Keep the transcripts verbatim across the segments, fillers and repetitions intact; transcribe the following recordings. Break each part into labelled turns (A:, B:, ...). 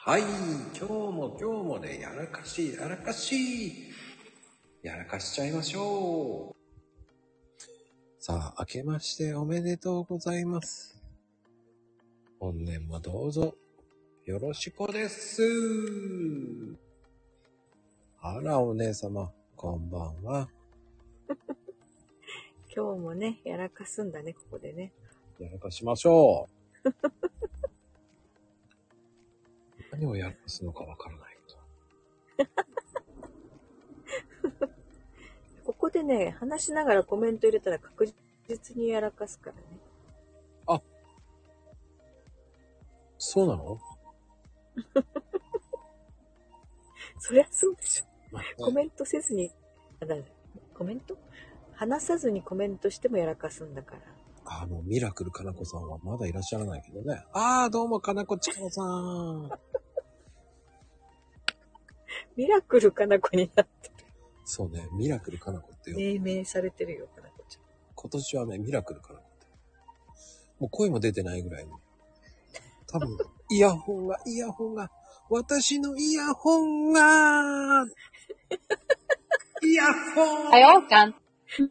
A: はい、今日も今日もね、やらかし、やらかし、やらかしちゃいましょう。さあ、明けましておめでとうございます。本年もどうぞよろしくです。あら、お姉様、こんばんは。
B: 今日もね、やらかすんだね、ここでね。
A: やらかしましょう。何をやらかすのかわからない
B: こと。ここでね、話しながらコメント入れたら確実にやらかすからね。
A: あ、そうなの？
B: そりゃそうでしょ。
A: まあね、
B: コメントせずに、あ、だコメント話さずにコメントしてもやらかすんだから。
A: あの、ミラクルかなこさんはまだいらっしゃらないけどね。ああ、どうもかなこちかのさん。
B: ミラクルかなこになってる。
A: そうね、ミラクルかなこってよ。
B: 命名されてるよ、かなこちゃん。
A: 今年はね、ミラクルかなこって。もう声も出てないぐらいの。多分、イヤホンが、イヤホンが、私のイヤホンが、イヤホン
C: はよ、ちゃん。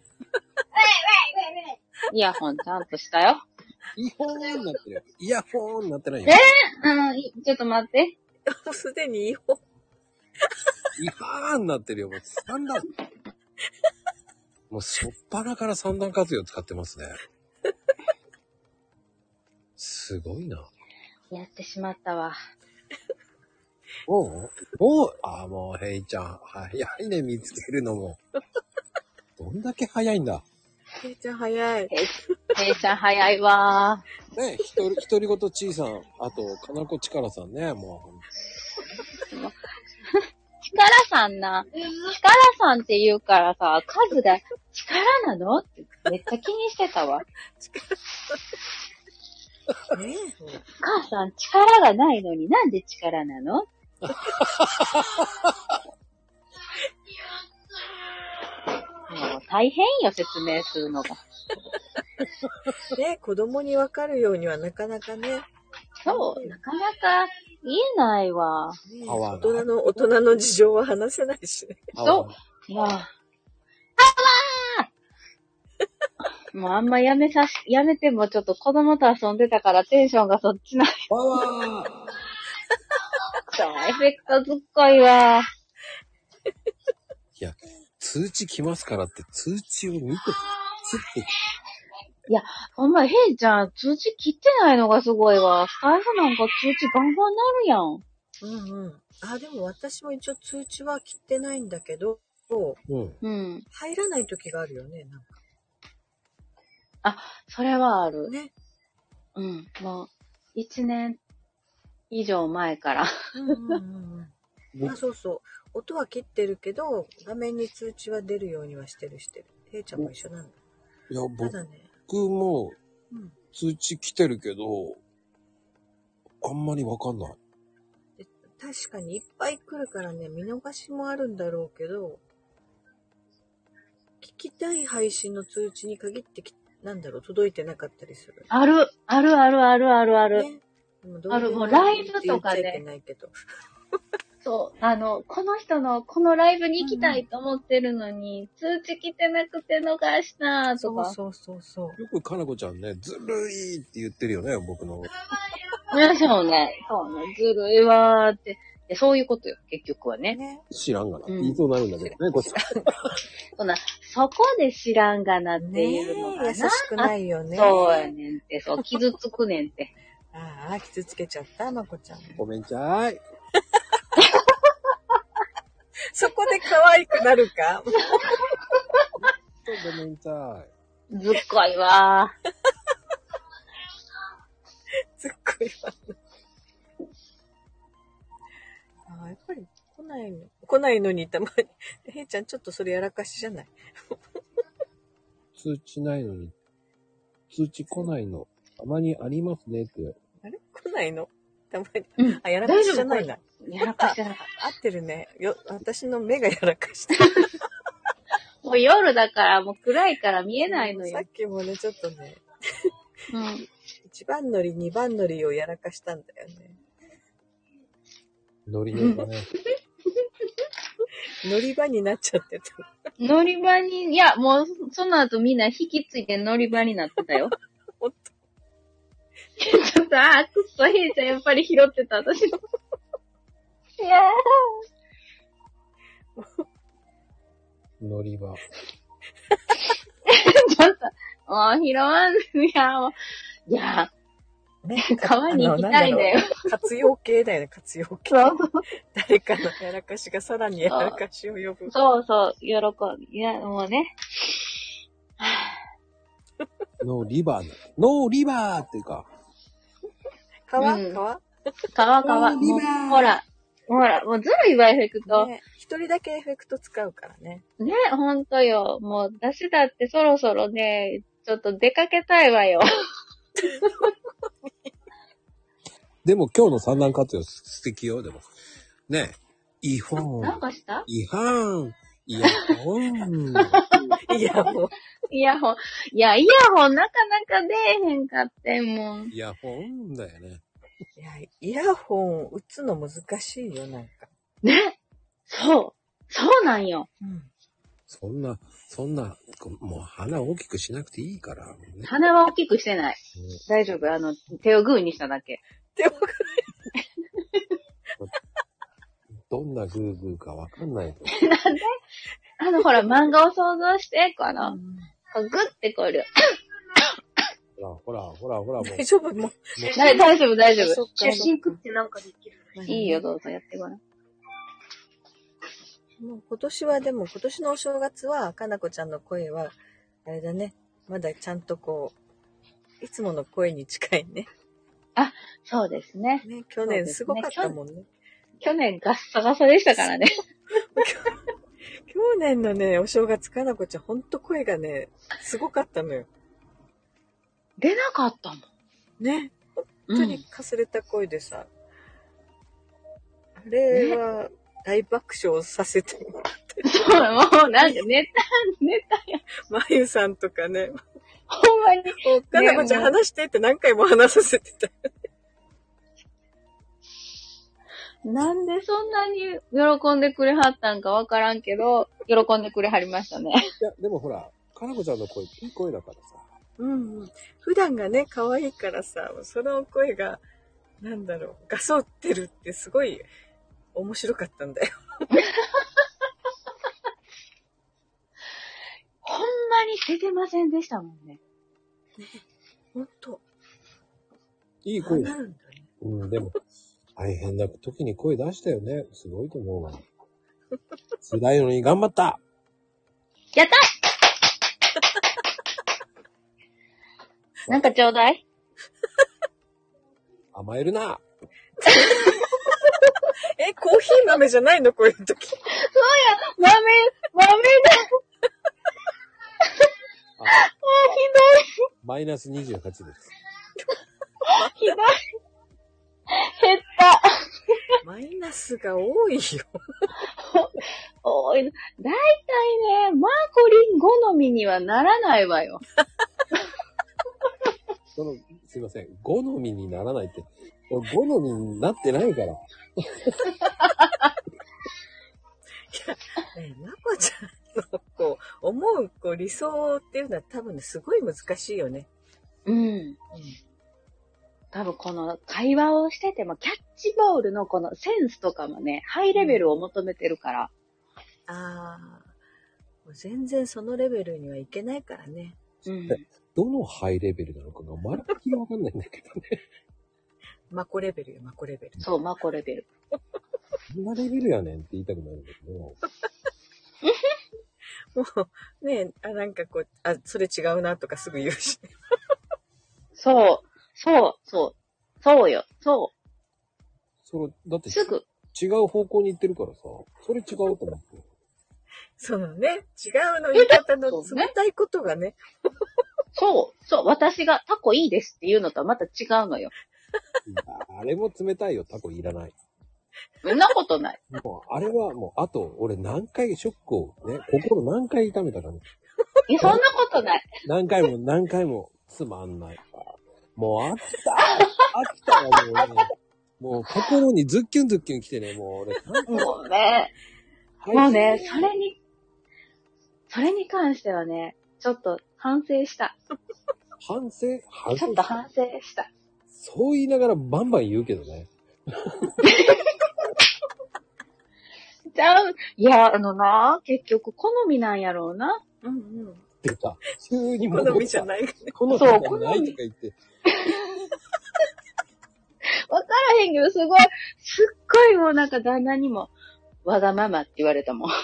C: イヤホンちゃんとしたよ。
A: イヤホンになってるよ。イヤホンになってないよ。
C: えー、うん、ちょっと待って。
B: もうすでにイヤホン。
A: イヤーンになってるよ。もう三段。もうしょっぱなから三段活用使ってますね。すごいな。
C: やってしまったわ。
A: もうもうああ、もう、ヘイちゃん。早いね、見つけるのも。どんだけ早いんだ。
B: ヘイちゃん早い。
C: ヘイちゃん早いわ
A: ー。ね、ひとり、ひとりごとちいさん、あと、かなこちからさんね、も
C: う。ちからさんな。ちからさんって言うからさ、数が力なのってめっちゃ気にしてたわ。
B: ねえ。
C: 母さん力がないのになんで力なの？もう大変よ、説明するのが。
B: ね、子供にわかるようにはなかなかね。
C: そう、なかなか言えないわ。
B: ね、大人の、大人の事情は話せないしね。
C: そう。もう。あもうあんまやめさし、やめてもちょっと子供と遊んでたからテンションがそっちない。
A: わわー
C: そう、エフェクトずっこいわ。
A: いや、通知来ますからって通知を見て、つって。
C: いや、ほんま、ヘイちゃん、通知切ってないのがすごいわ。スタイフなんか通知ガンガンなるやん。
B: うんうん。あ、でも私も一応通知は切ってないんだけど、
A: うん。
C: うん。
B: 入らない時があるよね、なんか。
C: あ、それはある。
B: ね。
C: うん。もう、一年以上前から。
B: うんうんうんうん。あ、そうそう。音は切ってるけど、画面に通知は出るようにはしてるしてる。ヘイちゃんも一緒なんだ。
A: いや、
B: ただね。
A: 僕も
B: うん。
A: 通知来てるけど、あんまりわかんない。
B: 確かにいっぱい来るからね、見逃しもあるんだろうけど、聞きたい配信の通知に限ってき、なんだろう、届いてなかったりする。
C: ある、あるあるあるあるある。
B: ね、でもど
C: ある、もう
B: うでも
C: ライブとかで。
B: 言っちゃいけないけど。
C: そう、あの、この人のこのライブに行きたいと思ってるのに、うんうん、通知来てなくて逃したとか。
B: そうそうそうそう。
A: よくかなこちゃんね、ずるいって言ってるよね、僕の。
C: そうね。そうね。ずるいわーって。そういうことよ、結局はね。ね、
A: 知らんがな。言いそうになるんだけどね、こっち。
C: そんな、そこで知らんがなっていうのがな。
B: ね、優しくないよね。
C: そうやねんって、そう、傷つくねんって。
B: ああ、傷つけちゃった、まこちゃん。
A: ごめんちゃーい。
B: そこで可愛くなるか
A: ごめんちゃーい。
C: ずっこいわー。
B: ずっこいわ。ああ、やっぱり来ないの。来ないのにたまに。へいちゃん、ちょっとそれやらかしじゃない？
A: 通知ないのに、通知来ないの。たまにありますねって。
B: あれ来ないのたまに。
C: うん、
B: あ、やらかしじゃないな。
C: やらかしじゃなかった。
B: 合ってるね。よ、私の目がやらかしてる。
C: もう夜だからもう暗いから見えないのよ。
B: さっきもね、ちょっとね。
C: うん。
B: 一番乗り、二番乗りをやらかしたんだよね。
A: 乗り乗り場ね。
B: 乗り場になっちゃってた。
C: 乗り場に、いや、もう、その後みんな引き継いで乗り場になってたよ。
B: ほんと。
C: ちょっと、あー、くっそ、ひーちゃんやっぱり拾ってた、私の。いやー。
A: 乗り場。
C: ちょっと、もう拾わん、いや、もう、いや、
B: ね、
C: 川に行きたいんだよ。
B: 活用系だよね、活用系。
C: そう
B: 誰かのやらかしがさらにやらかしを呼ぶ。
C: そうそう、喜ん、いや、もうね。
A: ノーリバーだ。ノーリバーっていうか。
B: 川、
C: うん、
B: 川
C: 川、川。もうほら、ほら、もうずるいわ、エフェクト。
B: ね、一人だけエフェクト使うからね。
C: ね、ほんとよ。もう、私だってそろそろね、ちょっと出かけたいわよ。
A: でも今日の三段活用素敵よ、でも。ね。イフォン。
C: なんかした
A: イハン。イヤホン。
B: イヤホン。
C: イヤホン。いや、イヤホンなかなか出えへんかってんもん。
A: イヤホンだよね。
B: いや、イヤホン打つの難しいよ、なんか。
C: ね。そう。そうなんよ。
B: うん。
A: そんな、そんな、もう鼻大きくしなくていいから。ね、
C: 鼻は大きくしてない。うん、大丈夫。あの、手をグーにしただけ。
B: 手をグー
A: どんなグーグーかわかんないと。
C: なんであの、ほら、漫画を想像して、この、うん、こうグッてこる。
A: ほら、ほら、ほら、ほら、もう。
B: 大丈夫もう。
C: 大丈夫、大丈夫。
B: 写真食ってなんかできる。
C: いいよ、どうぞやってごらん。
B: もう今年はでも、今年のお正月は、かなこちゃんの声は、あれだね。まだちゃんとこう、いつもの声に近いね。
C: あ、そうですね。
B: ね、去年すごかったもんね。
C: 去年ガッサガサでしたからね。
B: 去年のね、お正月、かなこちゃん、ほんと声がね、すごかったのよ。
C: 出なかったもん。
B: ね。本当にかすれた声でさ。うん、あれは、大爆笑させてもらって。
C: そう、もうなんかネタ、ネタや。
B: まゆさんとかね。
C: ほんまに。
B: かなこちゃん話してって何回も話させてた。
C: なんでそんなに喜んでくれはったんかわからんけど、喜んでくれはりましたね。
A: いや、でもほら、かなこちゃんの声、いい声だからさ。
B: うんうん。普段がね、可愛いからさ、その声が、なんだろう、ガソってるってすごい面白かったんだよ。
C: ほんまに出てませんでしたもんね。
B: ね、ほんと。
A: いい声
B: だ。なんだね。
A: うん、でも、大変な時に声出したよね。すごいと思うわ。辛いのに頑張った
C: やったなんかちょうだい
A: 甘えるな
B: え、コーヒー豆じゃないのこういう時。そう
C: や、豆、豆だあ、あ、ひどい。
A: マイナスにじゅうはちです。
C: ひどい。減った。
B: マイナスが多いよ。
C: 多い。だいたいね、マーコリン好みにはならないわよ。
A: その、すいません。好みにならないって。好みになってないから。いや、
B: ね、まこちゃんのこう、思うこう理想っていうのは多分ね、すごい難しいよね。
C: うん。うん多分この会話をしててもキャッチボールのこのセンスとかもね、ハイレベルを求めてるから。
B: うん、ああ、もう全然そのレベルにはいけないからね。
C: うん。
A: どのハイレベルなのかがまるっきりわかんないんだけどね。
B: マコレベルよ、マコレベル。
C: そう、マコレベル。
A: どんなレベルやねんって言いたくなるんだけど。
B: もう、ねあ、なんかこう、あ、それ違うなとかすぐ言うし。
C: そう。そう、そう、そうよ、そう。
A: それ、だって
C: すぐ。
A: 違う方向に行ってるからさ、それ違うと思って。
B: そのね、違うの言い方の冷たいことがね。
C: そう、そう、私がタコいいですっていうのとはまた違うのよ。
A: いやあれも冷たいよ、タコいらない。
C: そんなことない。
A: もうあれはもう、あと、俺何回ショックをね、心何回痛めたかね。
C: いや、そんなことない。
A: 何回も何回もつまんないから。もう飽きた飽きたよ、もうね。 もう心にズッキュンズッキュン来てね、もう俺。
C: もうね、もうね、それに、それに関してはね、ちょっと反省した。
A: 反省反省
C: ちょっと反省した。
A: そう言いながらバンバン言うけどね。
C: じゃあ、いや、あのな、結局好みなんやろうな。
B: うんうん。
A: ってか、急に戻った。
B: 好みじゃないかね。
A: 好みじゃないとか言って。
C: わからへんけど、すごい、すっごいもうなんか旦那にも、わがままって言われたもん。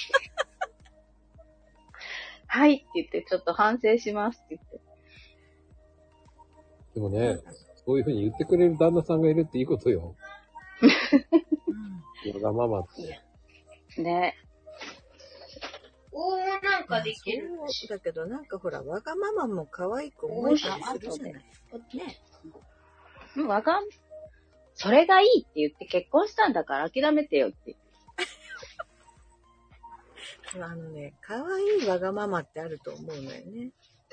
C: はいって言って、ちょっと反省しますって言って。
A: でもね、そういう風に言ってくれる旦那さんがいるっていいことよ。わがままって。
C: ね。おー、なんかできる。
B: そうだけど、なんかほら、わがままも可愛く思えたりするじゃない。ね。
C: うん、わが、それがいいって言って結婚したんだから諦めてよって。
B: あのね、可愛いわがままってあると思うのよね。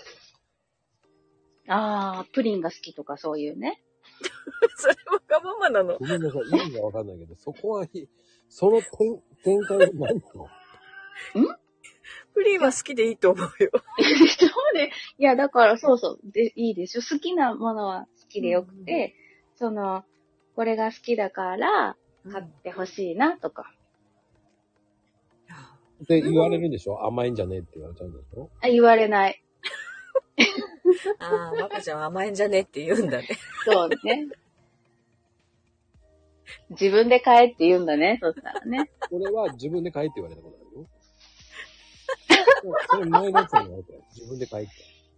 C: あー、プリンが好きとかそういうね。
B: それわがままなの。
A: ごめんなさい、意味がわかんないけど、そこは、その展展開は何なの？
C: ん？
B: プリンは好きでいいと思うよ。
C: そうね。いや、だからそうそう。で、いいでしょ。好きなものは好きでよくて、うんうん、その、これが好きだから買ってほしいなとか。
A: って言われるんでしょ？甘いんじゃねえって言われちゃうんでしょ？
C: あ、言われない。
B: ああ、若ちゃんは甘いんじゃねえって言うんだね。
C: そうね。自分で買えって言うんだね、そしたらね。
A: 俺は自分で買えって言われたことあるよ。それ前のやつに言われたよ。自分で買えって。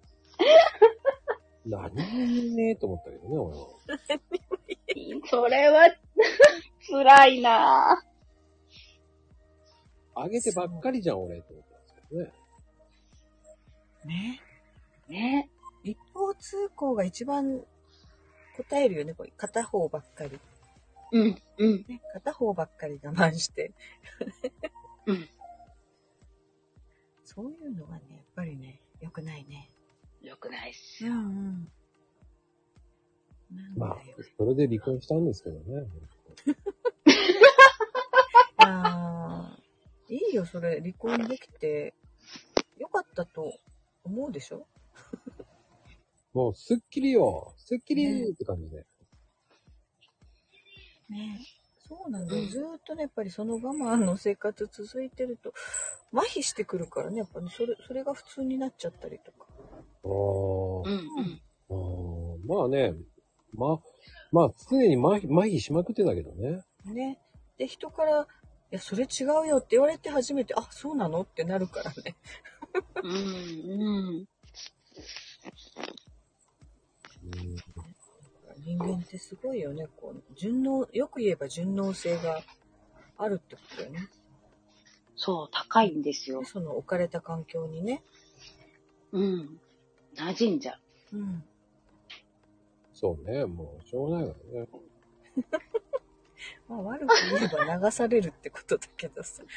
A: 何も言えねえと思ったけどね、俺は。
C: それは、辛いなぁ。
A: あげてばっかりじゃん、俺、と思ったんですけどね。
B: ね。
C: ね。
B: 一方通行が一番答えるよね、これ。片方ばっかり。
C: うん、うん。
B: ね、片方ばっかり我慢して。
C: うん。
B: そういうのはね、やっぱりね、良くないね。
C: 良くないっすよ。
B: うんうん。
A: まあ、それで離婚したんですけどね。
B: ああ、いいよ、それ。離婚できて、よかったと思うでしょ？
A: もう、すっきりよ。すっきりって感じで。
B: ね。そうなんだよ。ずーっとね、やっぱりその我慢の生活続いてると、麻痺してくるからね、やっぱり、ね、それ、それが普通になっちゃったりとか。
A: ああ。
C: うんうん。
A: あまあね、ま、まあ常に麻痺、麻痺しまくってんだけどね。
B: ね。で、人から、いや、それ違うよって言われて初めて、あ、そうなのってなるからね。
C: うん、うん。
B: 人間ってすごいよね。こう、順応、よく言えば順応性があるってことよね。
C: そう、高いんですよ。
B: その置かれた環境にね。
C: うん。馴染んじゃ
B: う。うん。
A: そうね、もうしょうがないからね。
B: まあ悪く言えば流されるってことだけどさ。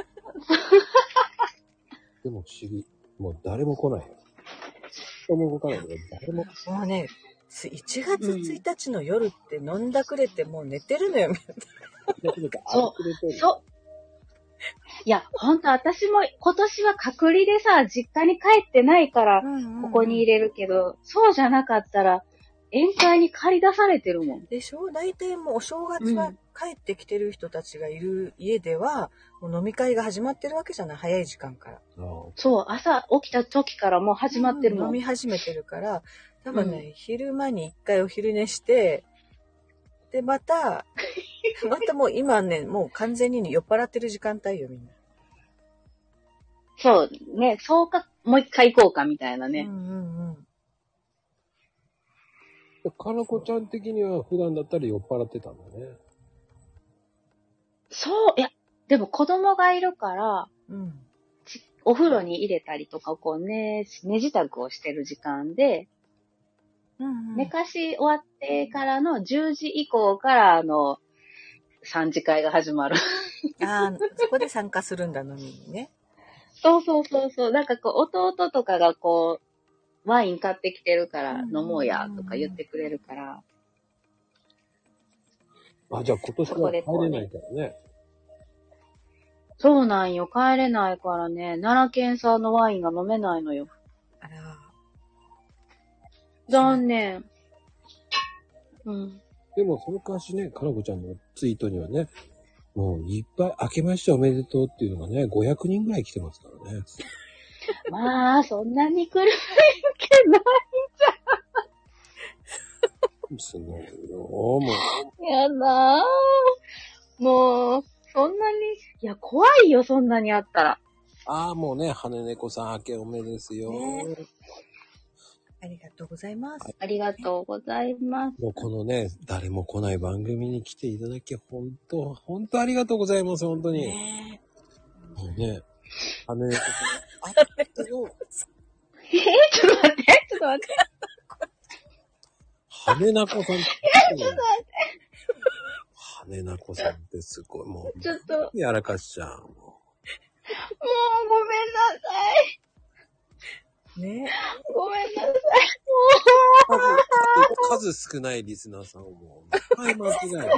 A: でも不思議。もう誰も来ないよ。人も動かないけど、誰も。
B: もうね、いちがつついたちの夜って飲んだくれてもう寝てるのよ、みんな。
C: そう。そう。いや、ほんと私も今年は隔離でさ、実家に帰ってないから、ここに入れるけど、うんうんうん、そうじゃなかったら、宴会に借り出されてるもん。
B: でしょ？大体もうお正月は帰ってきてる人たちがいる家では、もう飲み会が始まってるわけじゃない、早い時間から。
C: そう、朝起きた時からもう始まってるもん。
B: 飲み始めてるから、多分ね、うん、昼間に一回お昼寝して、で、また、またもう今ね、もう完全に酔っ払ってる時間帯よ、みんな。
C: そう、ね、そうか、もう一回行こうか、みたいなね。
B: うんうんうん。
A: かなこちゃん的には普段だったら酔っ払ってたんだね。
C: そう、いや、でも子供がいるから、うん、お風呂に入れたりとか、こうね、寝支度をしてる時間で、うんうん、寝かし終わってからのじゅうじ以降から、あの、三次会が始まる。
B: ああ、そこで参加するんだ、飲みにね。
C: そうそうそうそう。なんかこう、弟とかがこう、ワイン買ってきてるから飲もうやとか言ってくれるから。
A: あ、じゃあ今年は帰れないからね。
C: そうなんよ。帰れないからね、奈良県産のワインが飲めないのよ。
B: あら。
C: 残念。うん。
A: でもそのかわしね、かなこちゃんのツイートにはね、もういっぱい明けましておめでとうっていうのがね、ごひゃくにんぐらい来てますからね。
C: まあ、そんなに来るわけないじゃん。
A: すごいよ、も
C: う。やだー。もう、そんなに、いや、怖いよ、そんなにあったら。
A: ああ、もうね、羽猫さん明けおめですよ、ね。
B: ありがとうございます。
C: ありがとうございます。
A: もうこのね、誰も来ない番組に来ていただき、ほんと、ほんとありがとうございます、ほんとに。ねもうね、羽猫さん、あったよ。
C: えー、ちょっと待って、ちょっと待って。
A: 羽猫さんって。
C: いや、ちょっと待って。
A: 羽猫さんってすごい、もう。
C: ちょっと。
A: やらかしちゃう。もう、
C: もうごめんなさい。
B: ね。
C: ごめんなさい。
A: 数、数少ないリスナーさんをもう、はい、間違える。
C: ご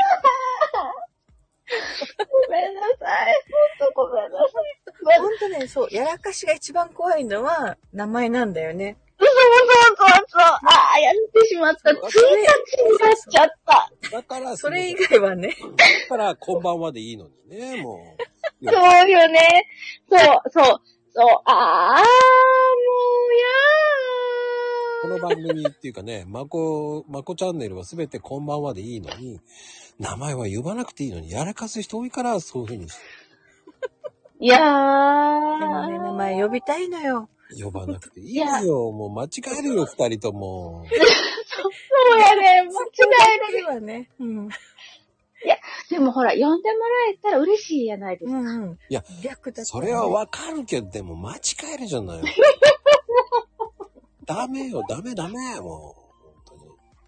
C: めんなさい。ほんとごめんなさい。
B: ほんとね、そう、やらかしが一番怖いのは、名前なんだよね。
C: そうそうそうそう。ああ、やってしまった。ついたちになっちゃった。
A: だから、
B: それ以外はね。
A: だから、こんばんはでいいのにね、もう。
C: そうよね。そう、そう、そう。ああ、もう、や
A: この番組っていうかね、まこ、まこチャンネルはすべてこんばんはでいいのに、名前は呼ばなくていいのに、やらかす人多いから、そういう風にして。
C: いやー。
B: でもね、名前呼びたいのよ。
A: 呼ばなくていいよ。もう間違えるよ、二人とも。
C: そうやね、間違える
B: わね。うん。
C: いや、でもほら、呼んでもらえたら嬉しいやないですか。うん
B: うん。
A: いや、
B: 逆だった、ね。
A: それはわかるけど、でも間違えるじゃない。ダメよ、ダメダメ、もう。本当に。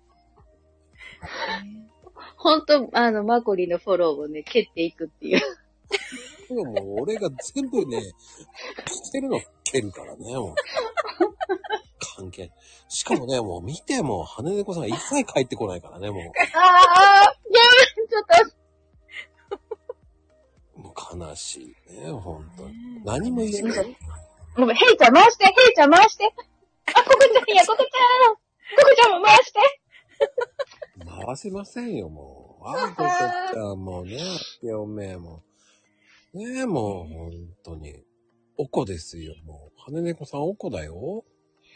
C: 本当、あの、マコリのフォローをね、蹴っていくっていう。
A: でももう俺が全部ね、してるの蹴るからね、もう。関係。しかもね、もう見ても、羽猫さんが一切帰ってこないからね、もう。
C: ああ、いや、ちょっ
A: と。もう悲しいね、ほんとに。何も言えない。
C: ごめん、ヘイちゃん回して、ヘイちゃん回して。あ、ココちゃんや、ココちゃん。ココちゃんも回して。
A: 回せませんよ、もう。あ、ココちゃんもね、おめえも。ねえ、もう、ほんとに。おこですよ、もう。羽猫さんおこだよ。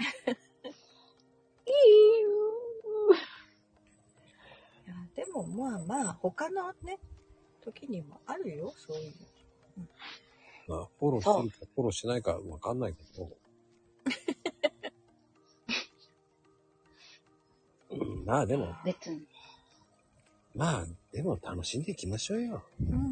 B: いや、でもまあまあ、他のね、時にもあるよ、そういうの。
A: うん、まあ、フォローするかフォローしないかわかんないけど。うん、まあでも。
C: 別に。
A: まあ、でも楽しんでいきましょうよ。
B: うんうん。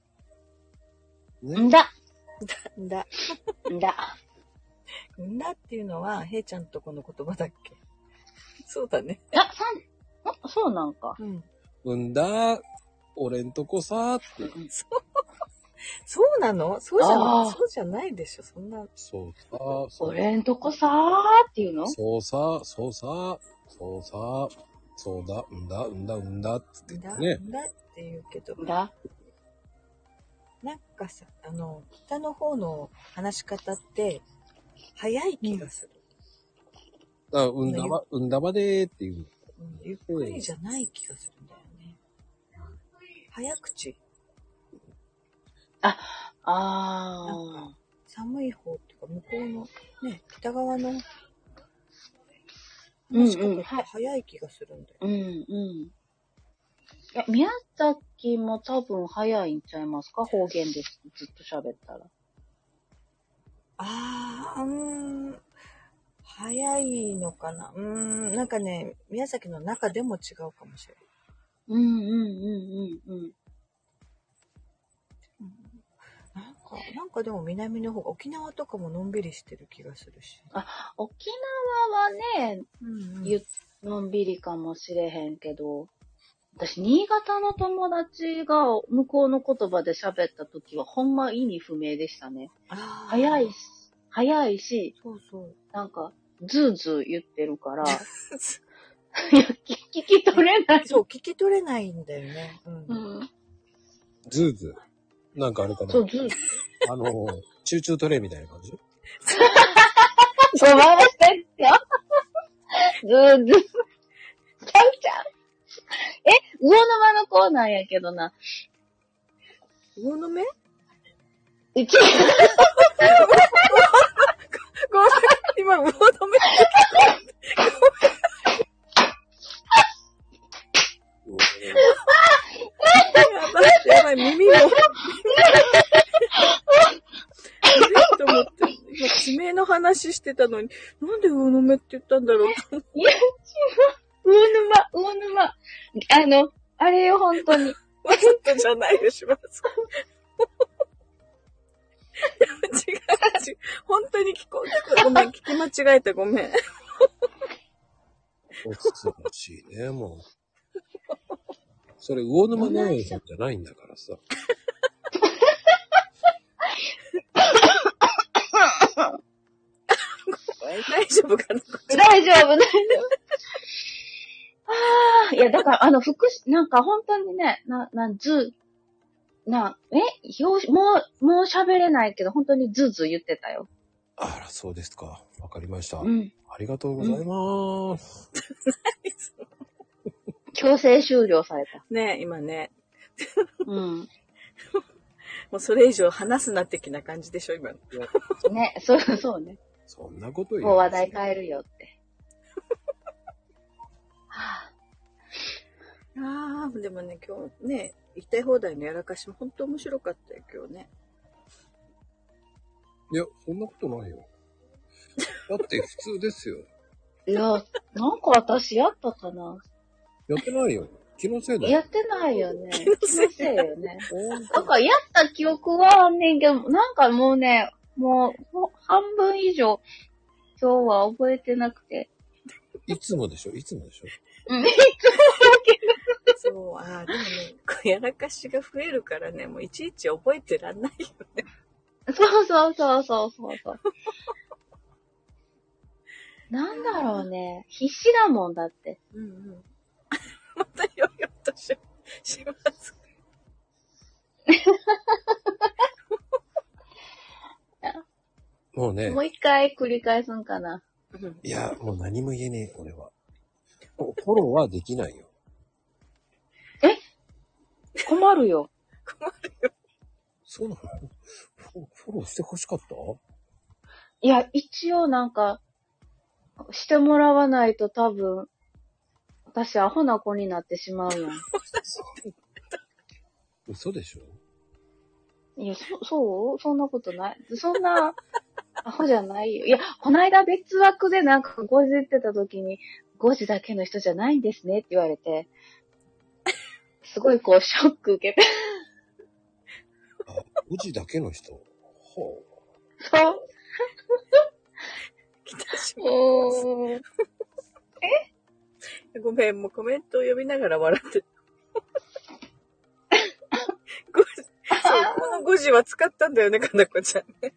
C: ね、んだ。
B: んだ。
C: んだ。
B: んだっていうのは、へいちゃんとこの言葉だっけ？そうだね。
C: あ、さん、あ、そうなんか。
B: うん。
A: うんだ、俺んとこさーって。
B: そう。そうなの？そうじゃない、そうじゃないでしょ、そんな。
A: そうさ、そう。
C: 俺んとこさーっていうの？
A: そうさ、そうさ、そうさ、そうだ、うんだ、うんだ、うんだって言ってね。
B: んだって言うけど。
C: んだ。
B: なんかさ、あの、北の方の話し方って、早い気がする。
A: あ、うんだば、うんだばでーっていう。
B: うん、ゆっくりじゃない気がするんだよね。早口。
C: あ、あ
B: ー。寒い方っていうか、向こうの、ね、北側の、話し方って早い気がするんだよ。
C: うんうん。いや、宮崎も多分早いんちゃいますか？方言でずっと喋ったら。
B: あー、うーん。早いのかな。うーん、なんかね、宮崎の中でも違うかもしれない。
C: うんうんうんうんうん。
B: なんか、なんかでも南の方が、沖縄とかものんびりしてる気がするし。
C: あ、沖縄はね、
B: うんうん、
C: ゆのんびりかもしれへんけど、私、新潟の友達が向こうの言葉で喋った時は、ほんま意味不明でしたね。早いし、早いし、
B: そうそう。
C: なんか、ズーズー言ってるから、 いや、聞き取れない。
B: そう、聞き取れないんだよね。うん。うん、
A: ズーズー。なんかあれかな。
C: そう、ズーズー。
A: あの、チューチュートレイみたいな感じ
C: そう、回してんすよ。ズーズー。ちゃうちゃう。え、魚沼のコーナーやけどな。
B: 魚の目？
C: うち
B: ごめん、今、魚の目。やばい、やばい、耳も。と思って、今、爪の話してたのに、なんで魚の目って言ったんだろうと思って。
C: いや、違う。魚沼、魚沼。あの、あれよ、本当に。
B: わざとじゃないよ、します。違う、違う。本当に聞こえ、ごめん、聞き間違えた、ごめん。
A: おつつらしいね、もう。それ、魚沼農園さんじゃないんだからさ。
B: 大丈夫かな
C: 大丈夫、大丈夫。ああ、いや、だから、あの、福祉、なんか本当にね、な、な、ず、な、えよし、もう、もう喋れないけど、本当にズーズー言ってたよ。
A: あら、そうですか。わかりました。
C: うん。
A: ありがとうございます。
C: うん、強制終了された。
B: ね、今ね。
C: うん。
B: もうそれ以上話すな的な感じでしょ、今。
C: ね、そう、そうね。
A: そんなこと言う。
C: もう話題変えるよって。
B: はあ、ああ、でもね、今日ね、言いたい放題のやらかしも本当面白かったよ、今日ね。
A: いや、そんなことないよ。だって普通ですよ。
C: いや、なんか私やったかな。
A: やってないよ。気のせいだよ。
C: やってないよね。気のせいよね。だからやった記憶はあんねんけど、なんかもうね、もう半分以上今日は覚えてなくて。
A: いつもでしょいつもでしょ
C: うん、いつもだけ
B: ど。そう、ああ、でもね、やらかしが増えるからね、もういちいち覚えてらんないよね。
C: そうそうそうそうそうそう。なんだろうね。必死だもんだって。
B: うんうん。またよよっとし、します。
A: もうね。
C: もう一回繰り返すんかな。
A: いや、もう何も言えねえ、俺は。フォローはできないよ。
C: え？困るよ。
B: 困るよ。
A: そうなの？フォローしてほしかった？
C: いや、一応なんか、してもらわないと多分、私アホな子になってしまうやん。
A: 嘘でしょ？
C: いや、そ、そうそんなことない。そんな、アホじゃないよ。いや、こないだ別枠でなんかごじ言ってた時に、ごじだけの人じゃないんですねって言われて、すごいこう、ショック受けて。
A: あ、ごじだけの人？ほ
C: う。そう。
B: 来たしまう。え？ごめん、もうコメントを読みながら笑って。そう、このごじは使ったんだよね、かなこちゃんね。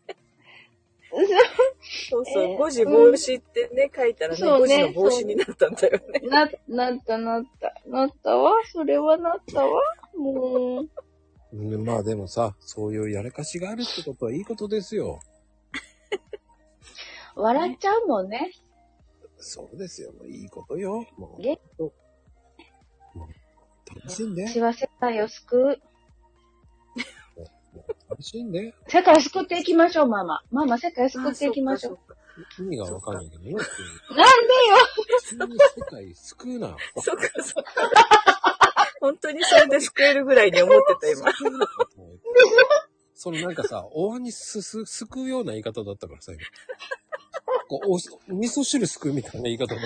B: そうそう、えー、ごじ帽子ってね、書いたらね、ごじの帽子になったんだよね。
C: な、なった、なった。なったわ。それはなったわ。も
A: う。まあでもさ、そういうやらかしがあるってことはいいことですよ。
C: 笑っちゃうもんね。
A: そうですよ。もういいことよ。もう。
C: え？
A: もう楽しんで。
C: 私は世界を救う。
A: 楽しんで。
C: 世界を救っていきましょう、ママ。ママ、世界を救っていきましょう。
A: 意味がわかんないけどね。なんでよ。普通に世界救うな。
B: そっかそっか。本当にそれで救えるぐらいに思ってた、今。
A: そのなんかさ、お椀にすす、すくうような言い方だったからさ、今。こうお味噌汁すくうみたいな言い方だった。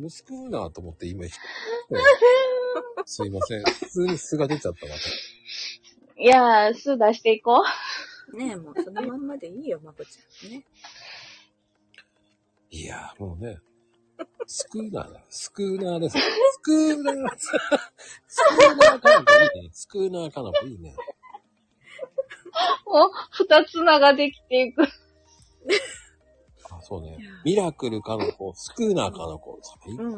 A: すくうなと思って今、すいません。普通に酢が出ちゃったわ。
C: いやー、酢出していこ
B: う。ねえ、もうそのまんまでいいよ、まこちゃんね。
A: いやー、もうね。スクーナーだ。スクーナーです。スクーナー。スクーナーかなぽいいね。スクーナーかなぽいいね。
C: もう、二つ名ができていく。
A: あ、 そうね。ミラクルかの子、スクーナーかの子。最高。うんうん、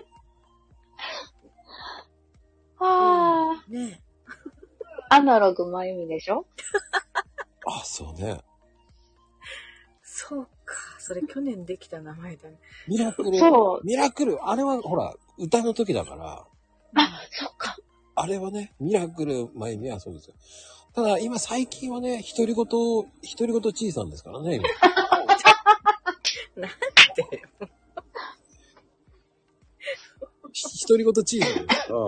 C: はあ。ねアナログまゆみでしょ
A: あ、そうね。
B: そうか。それ去年できた名前だね。
A: ミラクル。そう。ミラクル。あれはほら、歌の時だから。
C: あ、そっか。
A: あれはね、ミラクルまゆみはそうですよ。ただ今最近はね、独り言、独り言ちいさんですからね。
B: なんで
A: 独り言ちいさんですから。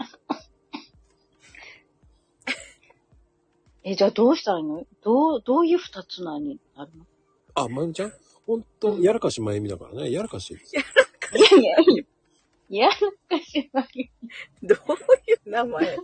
C: え、じゃあどうしたらいいの？どう、どういう二つなになるの？
A: あ、まゆみちゃんほんと、やらかしまゆみだからね。やらかしです。
C: やらかし。いやいやいや。やらかしまゆ
B: み。どういう名前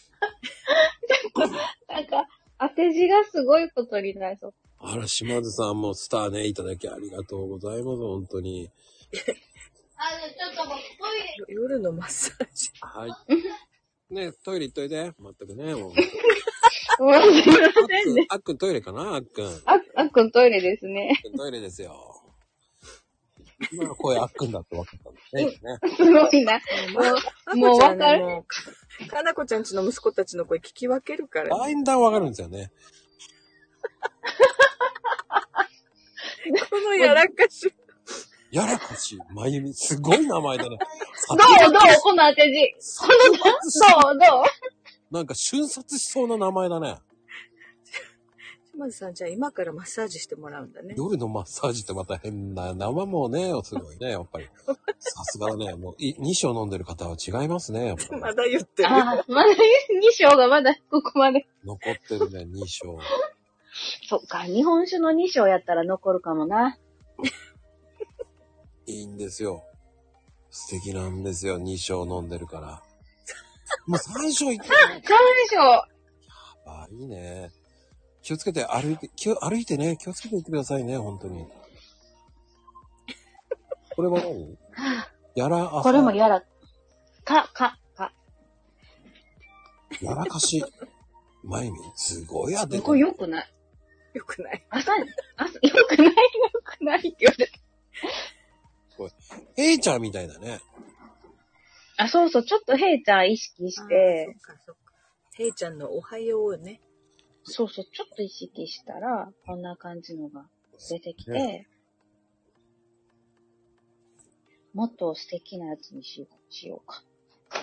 C: なんか、当て字がすごいことになりそう。
A: あら、島津さんもスターね、いただきありがとうございます。本当に。
C: あの、ちょっともうトイレ。
B: 夜のマッサージ。
A: はい。ね、トイレ行っといて。まったくね、もう。
C: もうすいませんね。
A: あっくんトイレかなあっくん。
C: あっ、あっくんトイレですね。
A: トイレですよ。今の声あっくんだって分かったんですね。ね
C: すごいな。もう、もう分かる。
B: かなこちゃんちの息子たちの声聞き分けるから、
A: ね。だんだん分かるんですよね。
B: このやらかし。
A: やらかし、まゆみ、すごい名前だね。
C: どうどうこの当て字。この、どうどう
A: なんか瞬殺しそうな名前だね。
B: 島津さん、じゃあ今からマッサージしてもらうんだね。
A: 夜のマッサージってまた変な生もね、すごいね、やっぱり。さすがだね。もうに章飲んでる方は違いますね、やっぱり。
B: まだ言ってる。
C: あまだに章がまだここまで。
A: 残ってるね、に章。
C: そっか、日本酒のに章やったら残るかもな。
A: いいんですよ。素敵なんですよ、に章飲んでるから。もうさん章いってる。さん
C: 章。
A: やばいね。気をつけて歩いて、気を歩いてね、気をつけていってくださいね、本当に。これは何？やらあ
C: これもやら、か、か、か。
A: やらかし。まゆみ、すごい当てて。
C: これ良くない。
B: 良くない。
C: 朝に、朝、良くない、良くないって言われて。
A: すごい。ヘイちゃんみたいだね。
C: あ、そうそう、ちょっとヘイちゃん意識して。
B: そっかそっか。ヘイちゃんのおはようね。
C: そうそう、ちょっと意識したら、こんな感じのが出てきて、ね、もっと素敵なやつにしよう、しようか。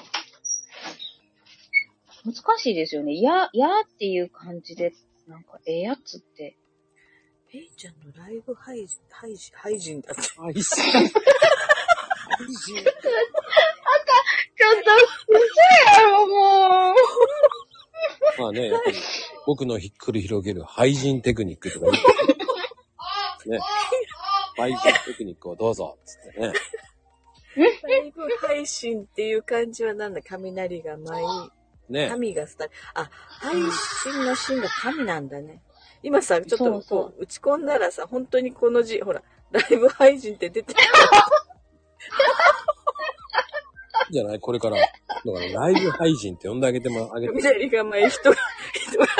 C: 難しいですよね。や、やっていう感じで、なんか、ええやつって。
B: ヘイちゃんのライブ配信、配信、配信だって。
A: 配信。配信。
C: あか、ちょっと、嘘やろ、もう。
A: まあね、やっぱり僕のひっくり広げる配信テクニックとかね。配信テクニックをどうぞつってね。
B: ライブ配信っていう感じはなんだ、雷が舞い、ね、神がスター。あ、配信のシーンが神なんだね。今さ、ちょっとこう、そうそう打ち込んだらさ、本当にこの字、ほら、ライブ配信って出てる。
A: じゃないこれから。だからライブ配信って呼んであげてもあげて。
B: 雷が舞い、人が、人が。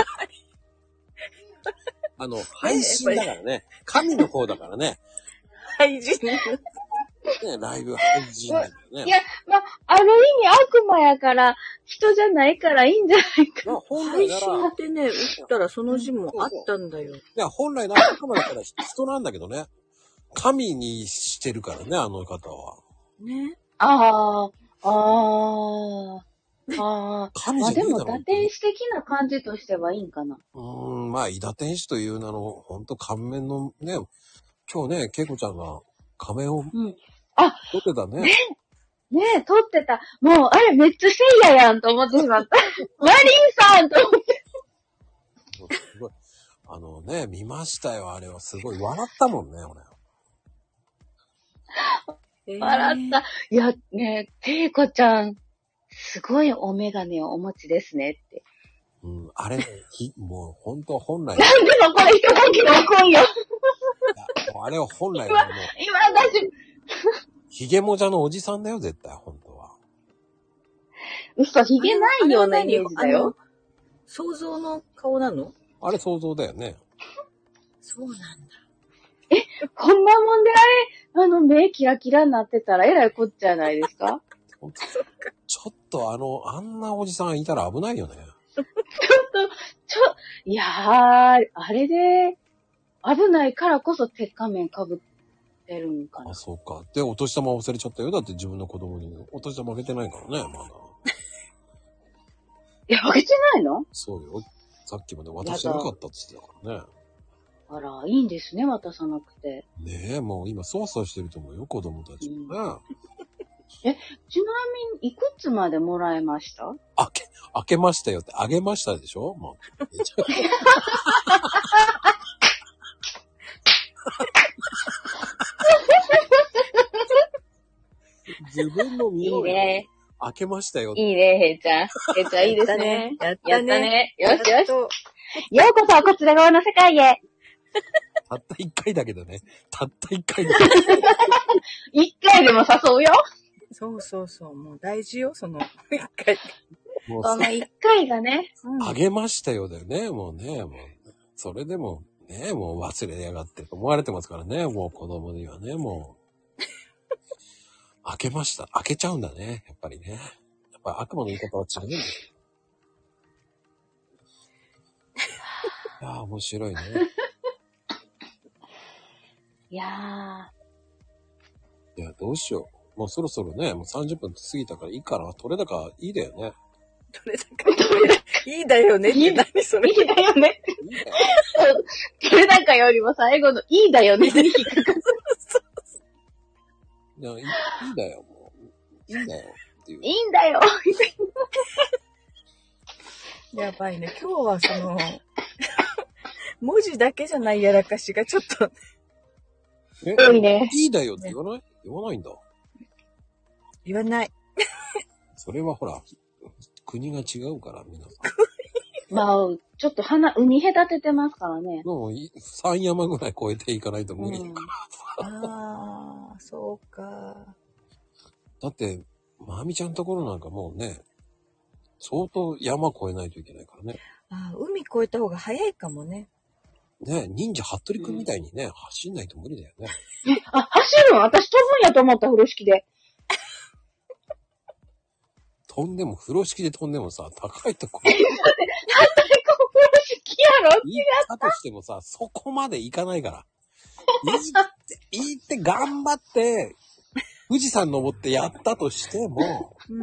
A: あの、配信だからね。神の方だからね。
B: 配信。ね、
A: ライブ配信だよね。
C: いや、まあ、ある意味悪魔やから、人じゃないからいいんじゃないか。まあ、
B: 本来なら。配信ってね、打ったらその字もあったんだよ。
A: いや、本来なら悪魔だから人なんだけどね。神にしてるからね、あの方は。
B: ね。
C: ああ、ああ。ああ。神じゃないだろう。まあでも、打天使的な感じとしてはいいんかな。
A: うーん、まあ、伊打天使という名の、ほんと仮面のね、今日ね、けいこちゃんが仮面を、うん、
C: あ、
A: 撮ってたね。
C: ね、ねえ、撮ってた。もう、あれめっちゃせいややんと思ってしまった。マリンさんと思って。
A: すごい。あのね、見ましたよ、あれは。すごい。笑ったもんね、俺。
C: 笑った。いや、ねえ、けいこちゃん、すごいお眼鏡をお持ちですねって。
A: うん、あれね、ひもう本当本来。
C: なんでもこれ一呼吸で怒んよ。
A: もうあれは本来はもう。
C: 今、今私。
A: ヒゲもじゃのおじさんだよ、絶対、本当は。
C: 嘘、ヒゲないようなイメージだよ。
B: 想像の顔なの？
A: あれ想像だよね。
B: そうなんだ。
C: え、 こんなもんであれ、あの目キラキラになってたらえらいこっちゃないですか？
A: ちょっとあの、あんなおじさんいたら危ないよね。
C: ちょっと、ちょ、いやー、あれで、危ないからこそ鉄仮面被ってるんかな。
A: あ、そうか。で、お年玉忘れちゃったよ。だって自分の子供に。お年玉あげてないからね、まだ。
C: いや、あげてないの？
A: そうよ。さっきまで渡してなかったって言ってたからね。
C: あら、いいんですね、渡さなくて。
A: ねえ、もう今、操作してると思うよ、子供たちもね。うん、
C: え、ちなみに、いくつまでもらえました？
A: あけ、あけましたよって、あげましたでしょもう。自分の身を
C: いいね。
A: 開けましたよ。
C: いいね、へいちゃん。へいちゃんいいですね。
B: やったね。やったね。
C: よしよし。ようこそこちら側の世界へ。
A: たった一回だけどね。たった一回だけど。
C: 一回でも誘うよ。
B: そうそうそう。もう大事よ、その一回。
C: もうその一回がね。
A: あげましたよだよね、もうね。もうそれでもね、もう忘れやがってと思われてますからね。もう子供にはね、もう。開けました。開けちゃうんだね。やっぱりね。やっぱ悪魔の言い方は違うんだよ。いやー、面白いね。
C: いや
A: ー。いや、どうしよう。もうそろそろね、もうさんじゅっぷん過ぎたからいいかな。取れ高いいだよね。
B: 取れ高いいだよねって何それ。
C: いいだよね。いいだよね。取れ高よりも最後のいいだよねに引っかかる。
A: いや、いい、いいだよ、もう。いいんだよ。っていう。
C: いいんだよ。
B: やばいね。今日はその、文字だけじゃないやらかしがちょっと。
A: え、いいね。いいだよって言わない、ね、言わないんだ。
B: 言わない。
A: それはほら、国が違うから、皆さん。
C: まあ、ちょっと鼻、海隔ててますからね。
A: もう、三山ぐらい越えていかないと無理だから。
B: うん、ああ、そうか。
A: だって、まみちゃんのところなんかもうね、相当山越えないといけないからね。
B: ああ、海越えた方が早いかもね。
A: ね、忍者服部くんみたいにね、うん、走んないと無理だよね。
C: え、あ、走るの？私飛ぶんやと思った、風呂敷で。
A: 飛んでも、風呂敷で飛んでもさ、高いところ。
C: 服部くん風呂敷やろ？違
A: った。だとしてもさ、そこまで行かないから。行って、行って頑張って、富士山登ってやったとしても、うんうん、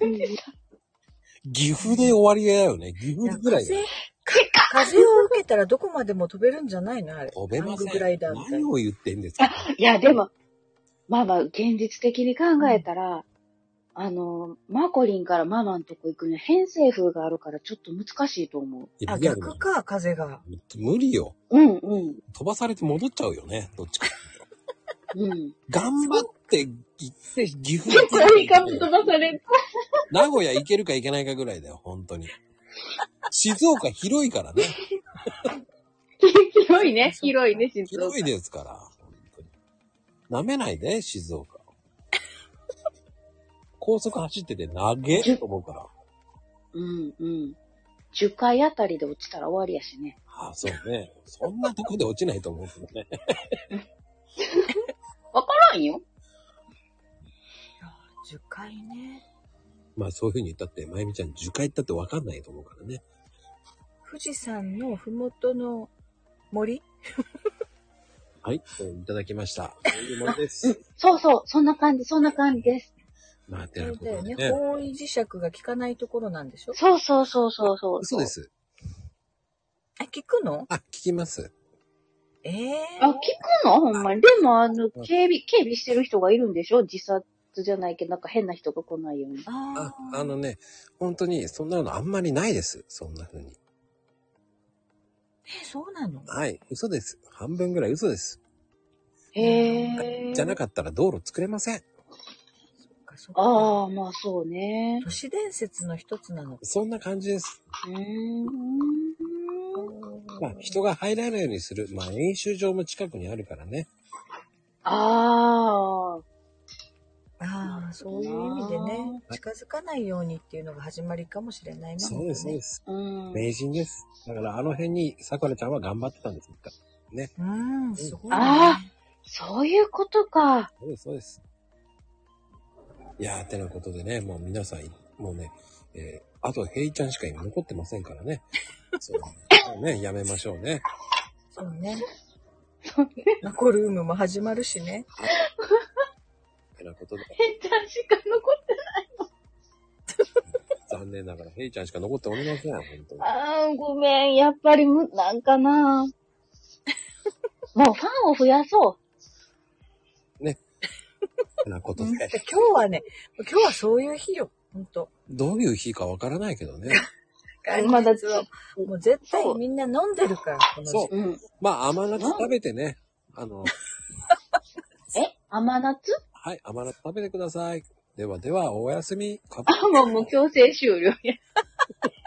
A: 岐阜で終わりだよね。岐阜ぐらいだよ。
B: 風を受けたらどこまでも飛べるんじゃないのあれ。
A: 飛べません。
B: グライダーみたいな。
A: 何を言ってんですか？
C: いや、でも、まあまあ、現実的に考えたら、うん、あの、マコリンからママのとこ行くには偏西風があるからちょっと難しいと思う。
B: あ、逆か、風が。
A: 無理よ。
C: うんうん。
A: 飛ばされて戻っちゃうよね、どっちか。
C: うん。
A: 頑張って行って、岐阜
C: 行って。飛ばされる。
A: 名古屋行けるか行けないかぐらいだよ、本当に。静岡広いからね。
C: 広いね、広いね、静岡。
A: 広いですから、本当に。舐めないで、静岡。高速走ってて投げと思うから。
C: うんうん。じゅっかいあたりで落ちたら終わりやしね。
A: ああ、そうね。そんなとこで落ちないと思うけどね。
C: わからんよ。
B: じゅっかいね。
A: まあそういう風に言ったって、まゆみちゃんじゅっかい行ったってわかんないと思うからね。
B: 富士山のふもとの森
A: はい、いただきました。そういうものです。
C: うん、そうそう、そんな感じ、そんな感じです。
A: まあ、て
B: なことでね。方位磁石が効かないところなんでしょ？
C: そうそうそうそうそう。
A: そうです。
B: あ、聞くの？
A: あ、聞きます。
B: ええ
C: ー。あ、聞くの？ほんまに。でも、あの、警備、警備してる人がいるんでしょ？自殺じゃないけど、なんか変な人が来ないように。
A: ああ、あのね、本当に、そんなのあんまりないです。そんな風に。
B: え、そうなの？
A: はい、嘘です。半分ぐらい嘘です。
C: へー。
A: じゃなかったら道路作れません。
C: ああ、まあそうね。
B: 都市伝説の一つなの。
A: そんな感じです。
C: うーん。
A: まあ人が入らないようにする。まあ演習場も近くにあるからね。
C: あ
B: あ。ああ、そういう意味でね、近づかないようにっていうのが始まりかもしれないな。
A: そうです、そうです。
C: うん。
A: 名人です。だからあの辺にさくらちゃんは頑張ってたんです。 ね。
B: うん、すごい、ね。
C: ああ、そういうことか。
A: そうです、そうです。いやー、てなことでね、もう皆さん、もうね、えー、あと、ヘイちゃんしか今残ってませんからね。そうね、やめましょうね。
B: そうね。ナコルームも始まるしね。
A: てなことで。
C: ヘイちゃんしか残ってないの。
A: 残念ながら、ヘイちゃんしか残っておりません、本当に。
C: ああ、ごめん。やっぱりむ、なんかな。もうファンを増やそう。
A: ね。てなことで。今
B: 日はね、今日はそういう日よ。本当。
A: どういう日かわからないけどね。
B: まだもう絶対みんな飲んでるから、この
A: そう。うん、まあ、甘夏食べてね。あの。
C: え甘夏？
A: はい、甘夏食べてください。ではでは、おやすみ。
C: あ、もう無強制終了や。